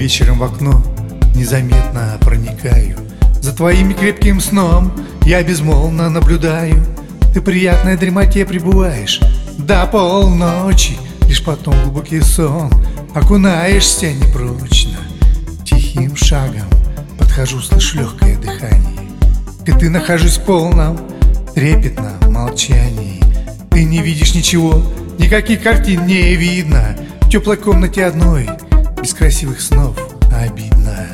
Вечером в окно незаметно проникаю. За твоим крепким сном я безмолвно наблюдаю. Ты приятной дремоте пребываешь до полночи, лишь потом глубокий сон окунаешься непрочно. Тихим шагом подхожу, слышу легкое дыхание. Ты нахожусь в полном трепетном молчании. Ты не видишь ничего, никаких картин не видно. В теплой комнате одной, без красивых снов, обидно.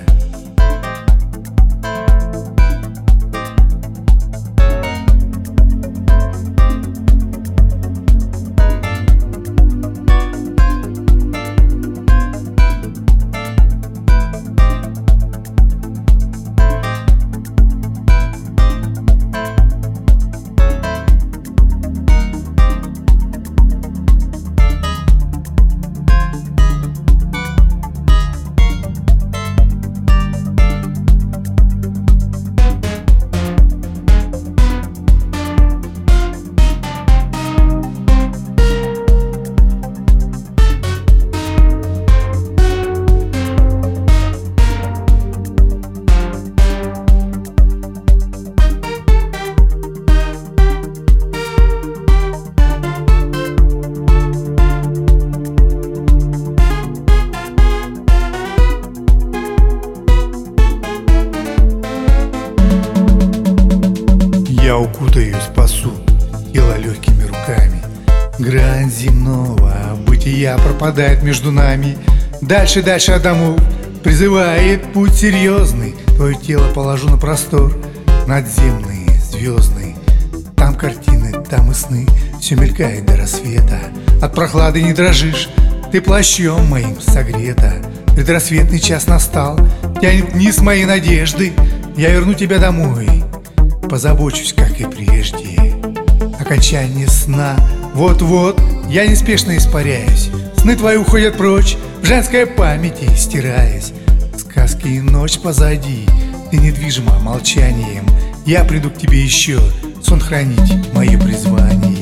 Я укутаюсь, спасу тело легкими руками. Грань земного бытия пропадает между нами. Дальше, дальше от домов призывает путь серьезный. Твое тело положу на простор надземный, звездный. Там картины, там и сны, все мелькает до рассвета. От прохлады не дрожишь, ты плащом моим согрета. Предрассветный час настал, тянет вниз мои надежды. Я верну тебя домой, позабочусь, как и прежде. Окончание сна, вот-вот, я неспешно испаряюсь. Сны твои уходят прочь, в женской памяти стираясь. Сказки и ночь позади, ты недвижима молчанием. Я приду к тебе еще, сон хранить мое призвание.